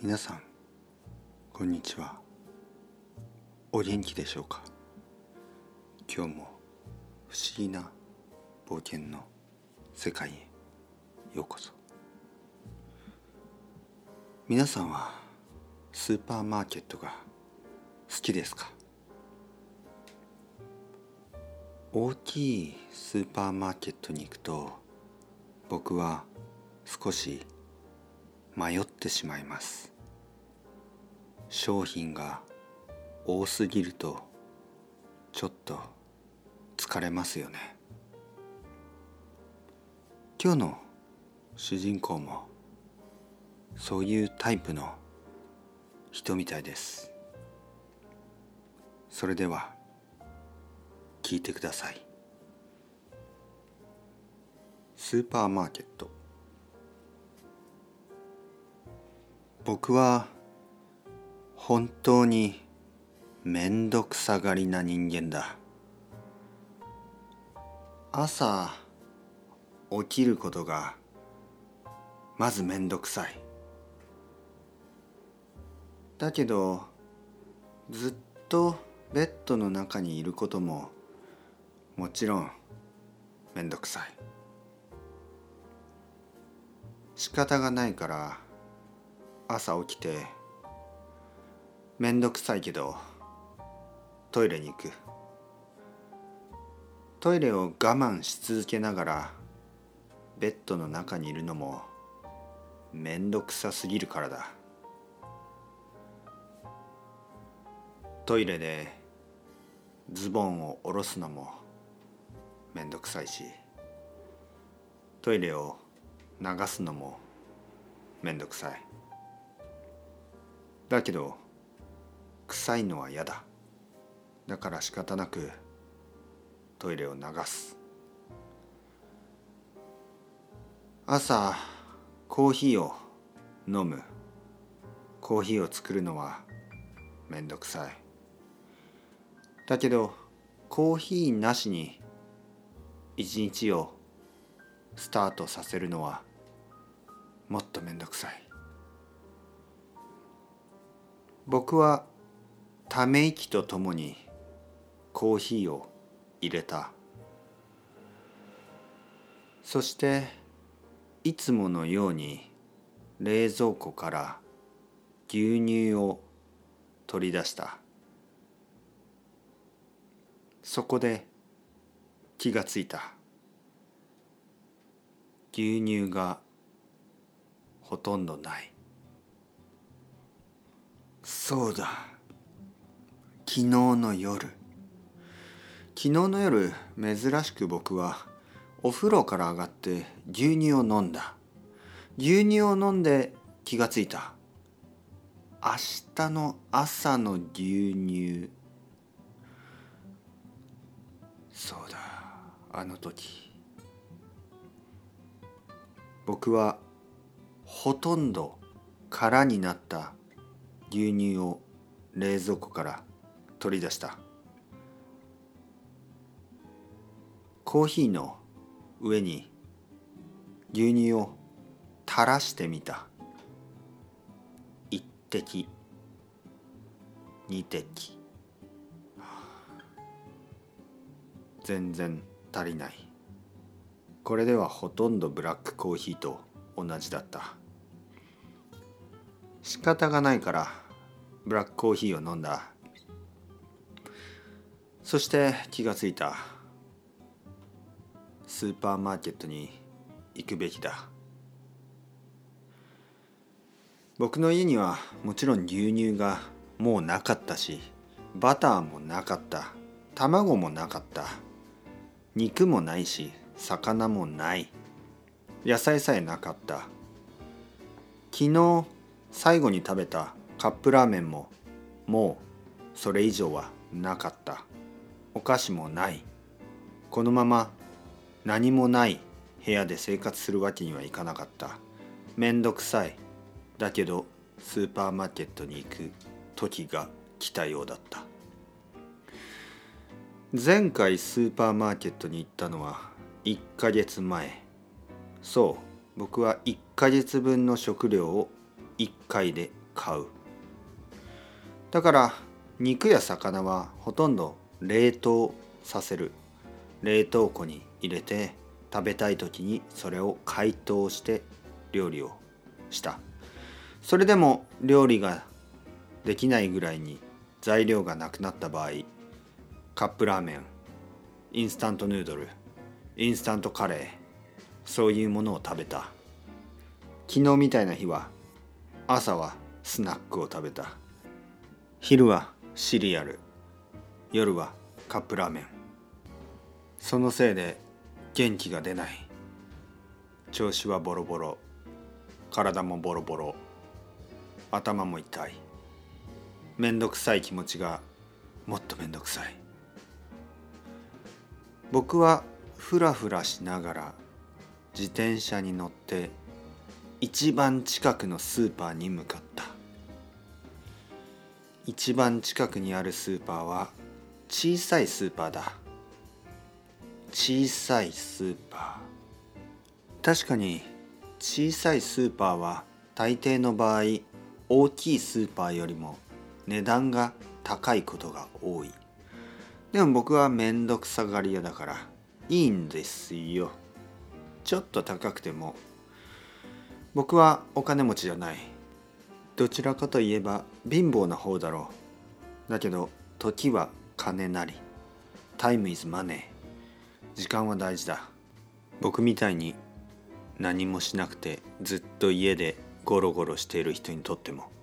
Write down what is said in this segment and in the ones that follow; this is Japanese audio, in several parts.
皆さんこんにちは。お元気でしょうか。今日も不思議な冒険の世界へようこそ。皆さんはスーパーマーケットが好きですか？大きいスーパーマーケットに行くと僕は少し迷ってしまいます。商品が多すぎるとちょっと疲れますよね。今日の主人公もそういうタイプの人みたいです。それでは聞いてください。スーパーマーケット。僕は本当にめんどくさがりな人間だ。朝起きることがまずめんどくさい。だけどずっとベッドの中にいることももちろんめんどくさい。仕方がないから朝起きてめんどくさいけどトイレに行く。トイレを我慢し続けながらベッドの中にいるのもめんどくさすぎるからだ。トイレでズボンを下ろすのもめんどくさいし、トイレを流すのもめんどくさい。だけど臭いのは嫌だ。だから仕方なくトイレを流す。朝コーヒーを飲む。コーヒーを作るのはめんどくさい。だけどコーヒーなしに一日をスタートさせるのはもっとめんどくさい。僕はため息とともにコーヒーを入れた。そしていつものように冷蔵庫から牛乳を取り出した。そこで気がついた。牛乳がほとんどない。そうだ。昨日の夜珍しく僕はお風呂から上がって牛乳を飲んだ。牛乳を飲んで気がついた。明日の朝の牛乳。そうだ、あの時僕はほとんど空になった牛乳を冷蔵庫から取り出した。コーヒーの上に牛乳を垂らしてみた。1滴、2滴。全然足りない。これではほとんどブラックコーヒーと同じだった。仕方がないからブラックコーヒーを飲んだ。そして気がついた。スーパーマーケットに行くべきだ。僕の家にはもちろん牛乳がもうなかったし、バターもなかった、卵もなかった、肉もないし魚もない、野菜さえなかった。昨日最後に食べたカップラーメンももうそれ以上はなかった。お菓子もない。このまま何もない部屋で生活するわけにはいかなかった。めんどくさい。だけどスーパーマーケットに行く時が来たようだった。前回スーパーマーケットに行ったのは1ヶ月前。そう、僕は1ヶ月分の食料を1回で買う。だから肉や魚はほとんど冷凍させる。冷凍庫に入れて食べたい時にそれを解凍して料理をした。それでも料理ができないぐらいに材料がなくなった場合、カップラーメン、インスタントヌードル、インスタントカレー、そういうものを食べた。昨日みたいな日は朝はスナックを食べた。昼はシリアル、夜はカップラーメン。そのせいで元気が出ない。調子はボロボロ、体もボロボロ、頭も痛い。めんどくさい気持ちがもっとめんどくさい。僕はふらふらしながら自転車に乗って一番近くのスーパーに向かった。一番近くにあるスーパーは小さいスーパーだ。小さいスーパー。確かに小さいスーパーは大抵の場合大きいスーパーよりも値段が高いことが多い。でも僕はめんどくさがり屋だからいいんですよ。ちょっと高くても。僕はお金持ちじゃない。どちらかといえば貧乏な方だろう。だけど時は金なり。Time is money。時間は大事だ。僕みたいに何もしなくてずっと家でゴロゴロしている人にとっても。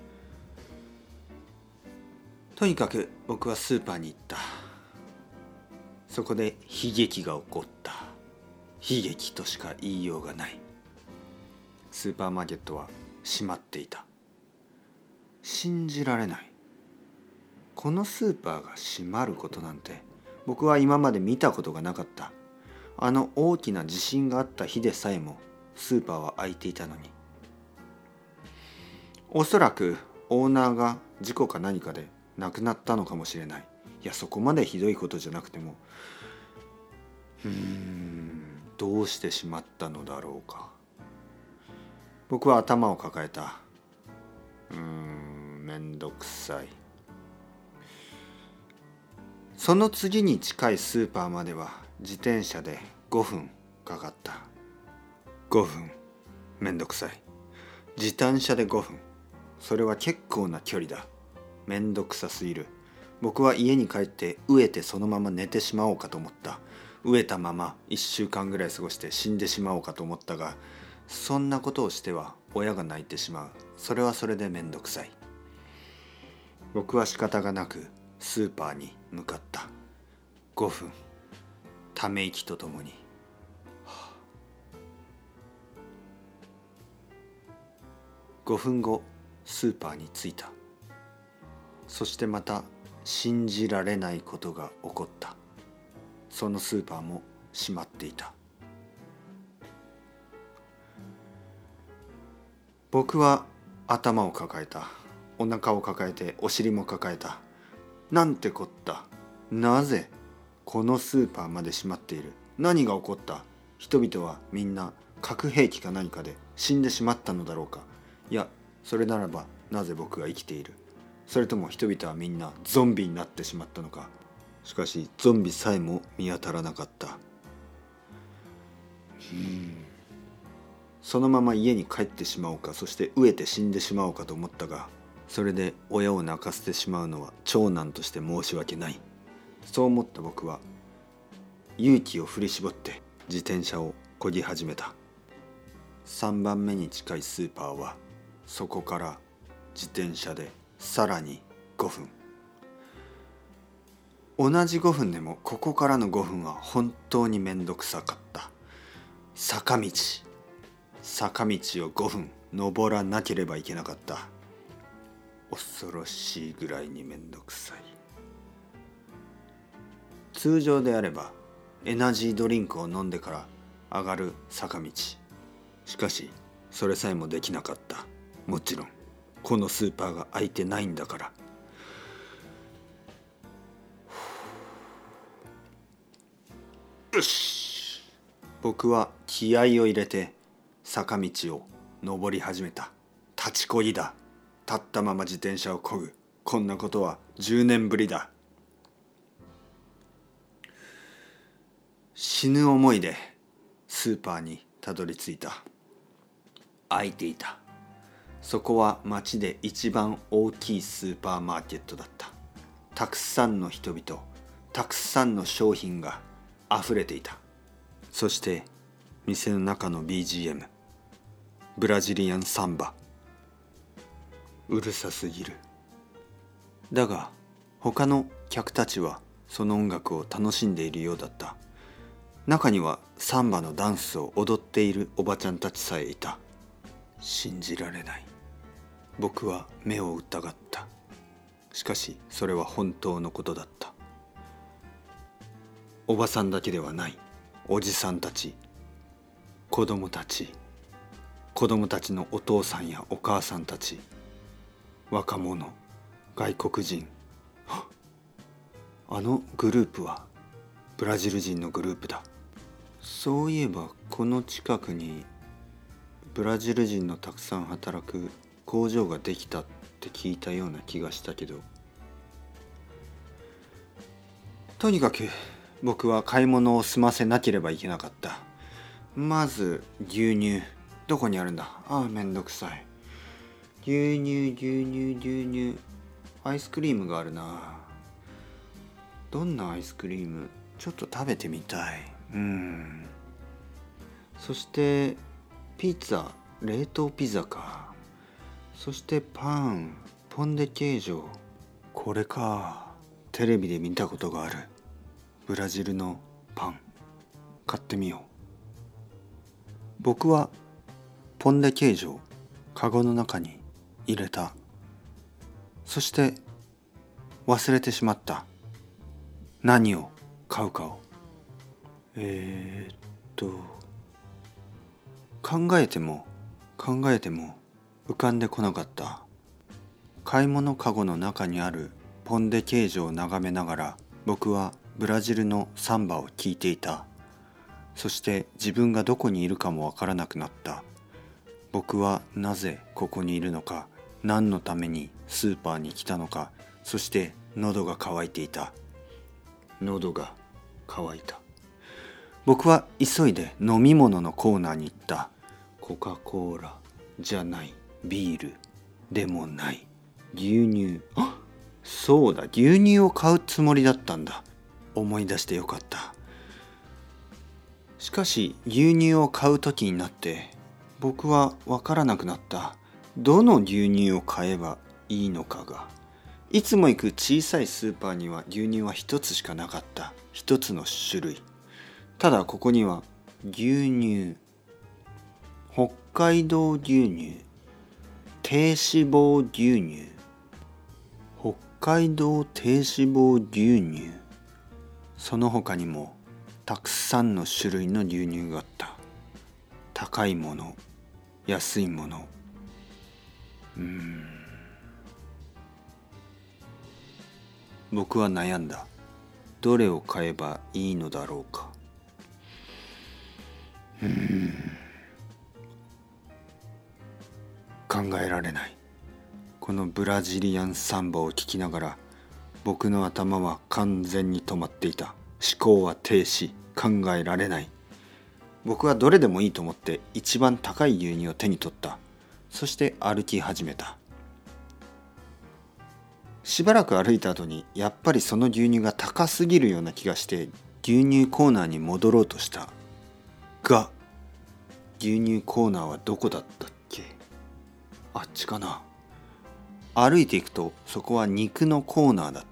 とにかく僕はスーパーに行った。そこで悲劇が起こった。悲劇としか言いようがない。スーパーマーケットは閉まっていた。信じられない。このスーパーが閉まることなんて僕は今まで見たことがなかった。あの大きな地震があった日でさえもスーパーは開いていたのに。おそらくオーナーが事故か何かで亡くなったのかもしれない。いや、そこまでひどいことじゃなくてもどうしてしまったのだろうか。僕は頭を抱えた。めんどくさい。その次に近いスーパーまでは自転車で5分かかった。5分。めんどくさい。自転車で5分。それは結構な距離だ。めんどくさすぎる。僕は家に帰って飢えてそのまま寝てしまおうかと思った。飢えたまま1週間ぐらい過ごして死んでしまおうかと思ったが、そんなことをしては親が泣いてしまう。それはそれでめんどくさい。僕は仕方がなくスーパーに向かった。5分。ため息とともに。5分後、スーパーに着いた。そしてまた信じられないことが起こった。そのスーパーも閉まっていた。僕は頭を抱えた。お腹を抱えてお尻も抱えた。なんてこった。なぜこのスーパーまで閉まっている。何が起こった。人々はみんな核兵器か何かで死んでしまったのだろうか。いや、それならばなぜ僕が生きている。それとも人々はみんなゾンビになってしまったのか。しかしゾンビさえも見当たらなかった。そのまま家に帰ってしまおうか、そして飢えて死んでしまおうかと思ったが、それで親を泣かせてしまうのは長男として申し訳ない。そう思った僕は勇気を振り絞って自転車を漕ぎ始めた。3番目に近いスーパーはそこから自転車でさらに5分。同じ5分でもここからの5分は本当にめんどくさかった。坂道を5分登らなければいけなかった。恐ろしいぐらいにめんどくさい。通常であればエナジードリンクを飲んでから上がる坂道。しかしそれさえもできなかった。もちろんこのスーパーが開いてないんだから。よし。僕は気合を入れて坂道を登り始めた。立ちこぎだ。 立ったまま自転車を漕ぐ。こんなことは10年ぶりだ。死ぬ思いでスーパーにたどり着いた。開いていた。そこは町で一番大きいスーパーマーケットだった。たくさんの人々、たくさんの商品があふれていた。そして店の中の BGM、 ブラジリアンサンバ、うるさすぎる。だが他の客たちはその音楽を楽しんでいるようだった。中にはサンバのダンスを踊っているおばちゃんたちさえいた。信じられない。僕は目を疑った。しかしそれは本当のことだった。おばさんだけではない。おじさんたち、子供たちのお父さんやお母さんたち、若者、外国人。あのグループはブラジル人のグループだ。そういえばこの近くにブラジル人のたくさん働く工場ができたって聞いたような気がしたけど、とにかく僕は買い物を済ませなければいけなかった。まず牛乳、どこにあるんだ。めんどくさい。牛乳、アイスクリームがあるな。どんなアイスクリーム、ちょっと食べてみたい。そしてピザ、冷凍ピザか。そしてパン、ポン・デ・ケージョ。これか。テレビで見たことがある。ブラジルのパン、買ってみよう。僕はポン・デ・ケージョをカゴの中に入れた。そして忘れてしまった。何を買うかを。考えても浮かんでこなかった。買い物カゴの中にあるポン・デ・ケージョを眺めながら僕はブラジルのサンバを聴いていた。そして自分がどこにいるかもわからなくなった。僕はなぜここにいるのか、何のためにスーパーに来たのか、そして喉が渇いていた。喉が渇いた。僕は急いで飲み物のコーナーに行った。コカ・コーラじゃない。ビールでもない。牛乳。そうだ、牛乳を買うつもりだったんだ。思い出してよかった。しかし牛乳を買う時になって僕は分からなくなった。どの牛乳を買えばいいのかが。いつも行く小さいスーパーには牛乳は一つしかなかった。一つの種類。ただここには牛乳、北海道牛乳、低脂肪牛乳、北海道低脂肪牛乳、その他にもたくさんの種類の牛乳があった。高いもの、安いもの。僕は悩んだ。どれを買えばいいのだろうか。考えられない。このブラジリアンサンバを聞きながら僕の頭は完全に止まっていた。思考は停止。考えられない。僕はどれでもいいと思って一番高い牛乳を手に取った。そして歩き始めた。しばらく歩いた後にやっぱりその牛乳が高すぎるような気がして牛乳コーナーに戻ろうとしたが、牛乳コーナーはどこだったっけ。あっちかな。歩いていくとそこは肉のコーナーだった。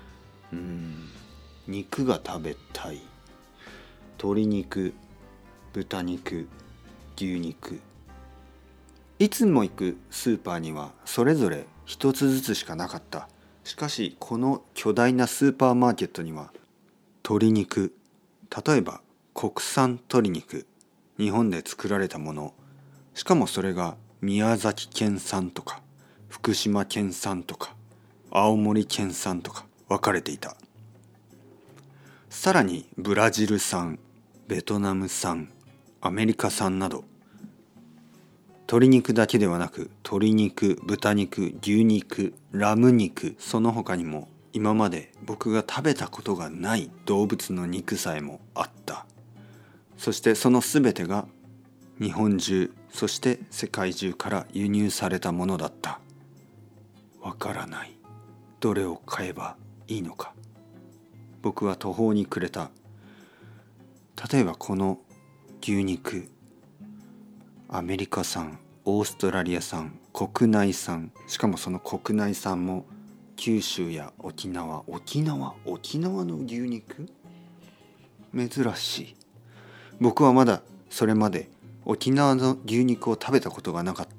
肉が食べたい。鶏肉、豚肉、牛肉。いつも行くスーパーにはそれぞれ一つずつしかなかった。しかしこの巨大なスーパーマーケットには鶏肉、例えば国産鶏肉、日本で作られたもの、しかもそれが宮崎県産とか福島県産とか青森県産とか分かれていた。さらにブラジル産、ベトナム産、アメリカ産など鶏肉だけではなく鶏肉、豚肉、牛肉、ラム肉、その他にも今まで僕が食べたことがない動物の肉さえもあった。そしてその全てが日本中、そして世界中から輸入されたものだった。わからない。どれを買えばいいのか。僕は途方に暮れた。例えばこの牛肉、アメリカ産、オーストラリア産、国内産、しかもその国内産も九州や沖縄の牛肉？珍しい。僕はまだそれまで沖縄の牛肉を食べたことがなかった。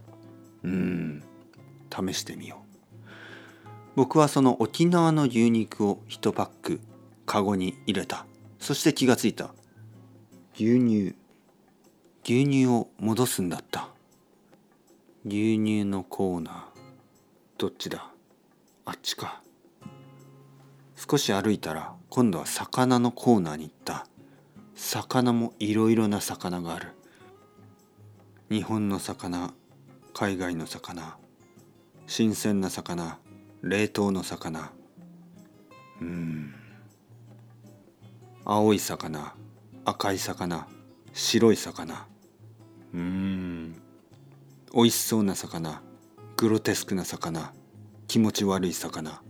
試してみよう。僕はその沖縄の牛肉を1パックカゴに入れた。そして気がついた。牛乳を戻すんだった。牛乳のコーナー、どっちだ？あっちか。少し歩いたら今度は魚のコーナーに行った。魚もいろいろな魚がある。日本の魚、海外の魚、新鮮な魚、冷凍の魚、青い魚、赤い魚、白い魚、おいしそうな魚、グロテスクな魚、気持ち悪い魚。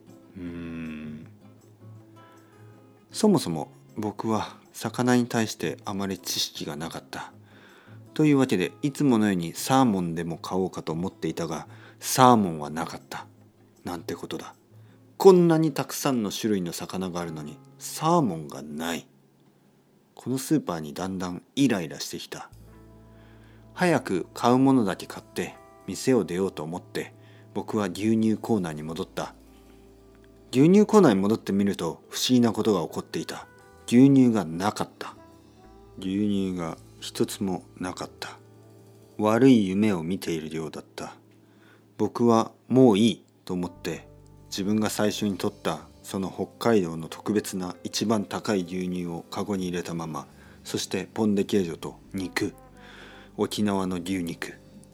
そもそも僕は魚に対してあまり知識がなかった。というわけでいつものようにサーモンでも買おうかと思っていたが、サーモンはなかった。なんてことだ。こんなにたくさんの種類の魚があるのにサーモンがない。このスーパーにだんだんイライラしてきた。早く買うものだけ買って店を出ようと思って僕は牛乳コーナーに戻った。牛乳コーナーに戻ってみると不思議なことが起こっていた。牛乳がなかった。牛乳が一つもなかった。悪い夢を見ているようだった。僕はもういいと思って自分が最初に取ったその北海道の特別な一番高い牛乳をカゴに入れたまま、そしてポン・デ・ケージョと肉、沖縄の牛肉、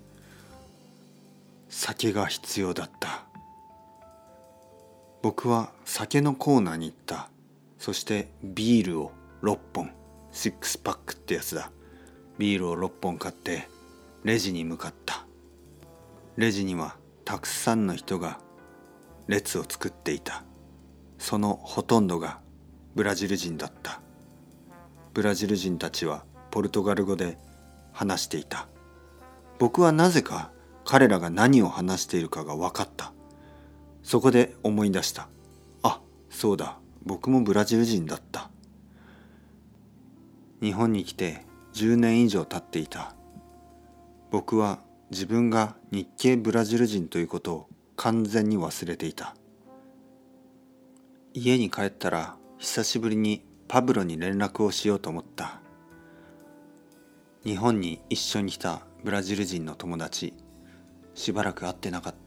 酒が必要だった。僕は酒のコーナーに行った。そしてビールを6本、6パックってやつだ。ビールを6本買ってレジに向かった。レジにはたくさんの人が列を作っていた。そのほとんどがブラジル人だった。ブラジル人たちはポルトガル語で話していた。僕はなぜか彼らが何を話しているかが分かった。そこで思い出した。あ、そうだ、僕もブラジル人だった。日本に来て10年以上経っていた。僕は自分が日系ブラジル人ということを完全に忘れていた。家に帰ったら久しぶりにパブロに連絡をしようと思った。日本に一緒に来たブラジル人の友達、しばらく会ってなかった。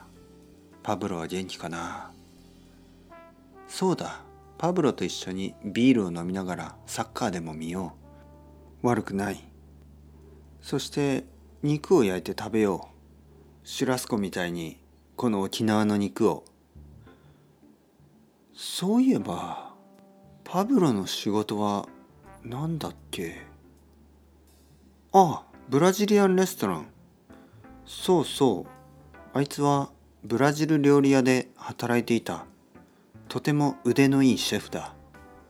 パブロは元気かな。そうだ、パブロと一緒にビールを飲みながらサッカーでも見よう。悪くない。そして肉を焼いて食べよう。シュラスコみたいにこの沖縄の肉を。そういえばパブロの仕事は何だっけ。ああ、ブラジリアンレストラン。そうそう、あいつはブラジル料理屋で働いていた。とても腕のいいシェフだ。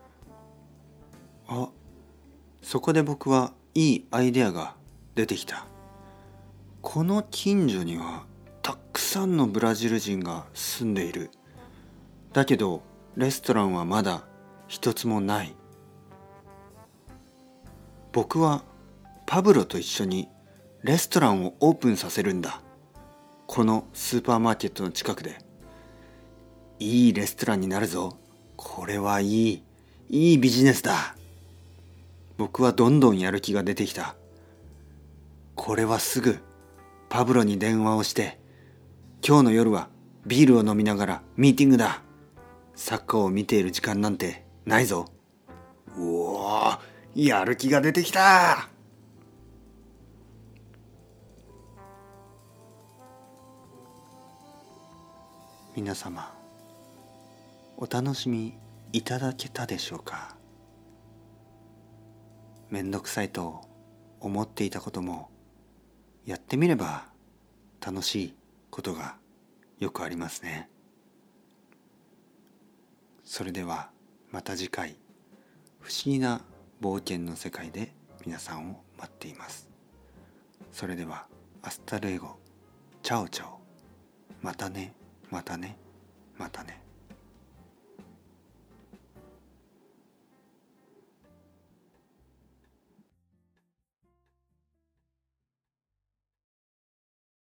あ、そこで僕はいいアイデアが出てきた。この近所にはたくさんのブラジル人が住んでいる。だけどレストランはまだ一つもない。僕はパブロと一緒にレストランをオープンさせるんだ。このスーパーマーケットの近くで。いいレストランになるぞ。これはいいビジネスだ。僕はどんどんやる気が出てきた。これはすぐパブロに電話をして、今日の夜はビールを飲みながらミーティングだ。サッカーを見ている時間なんてないぞ。うおー、やる気が出てきた。 皆様お楽しみいただけたでしょうか。めんどくさいと思っていたこともやってみれば楽しいことがよくありますね。それではまた次回、不思議な冒険の世界で皆さんを待っています。それではアスタルエゴ、チャオチャオ、またねまたねまたね。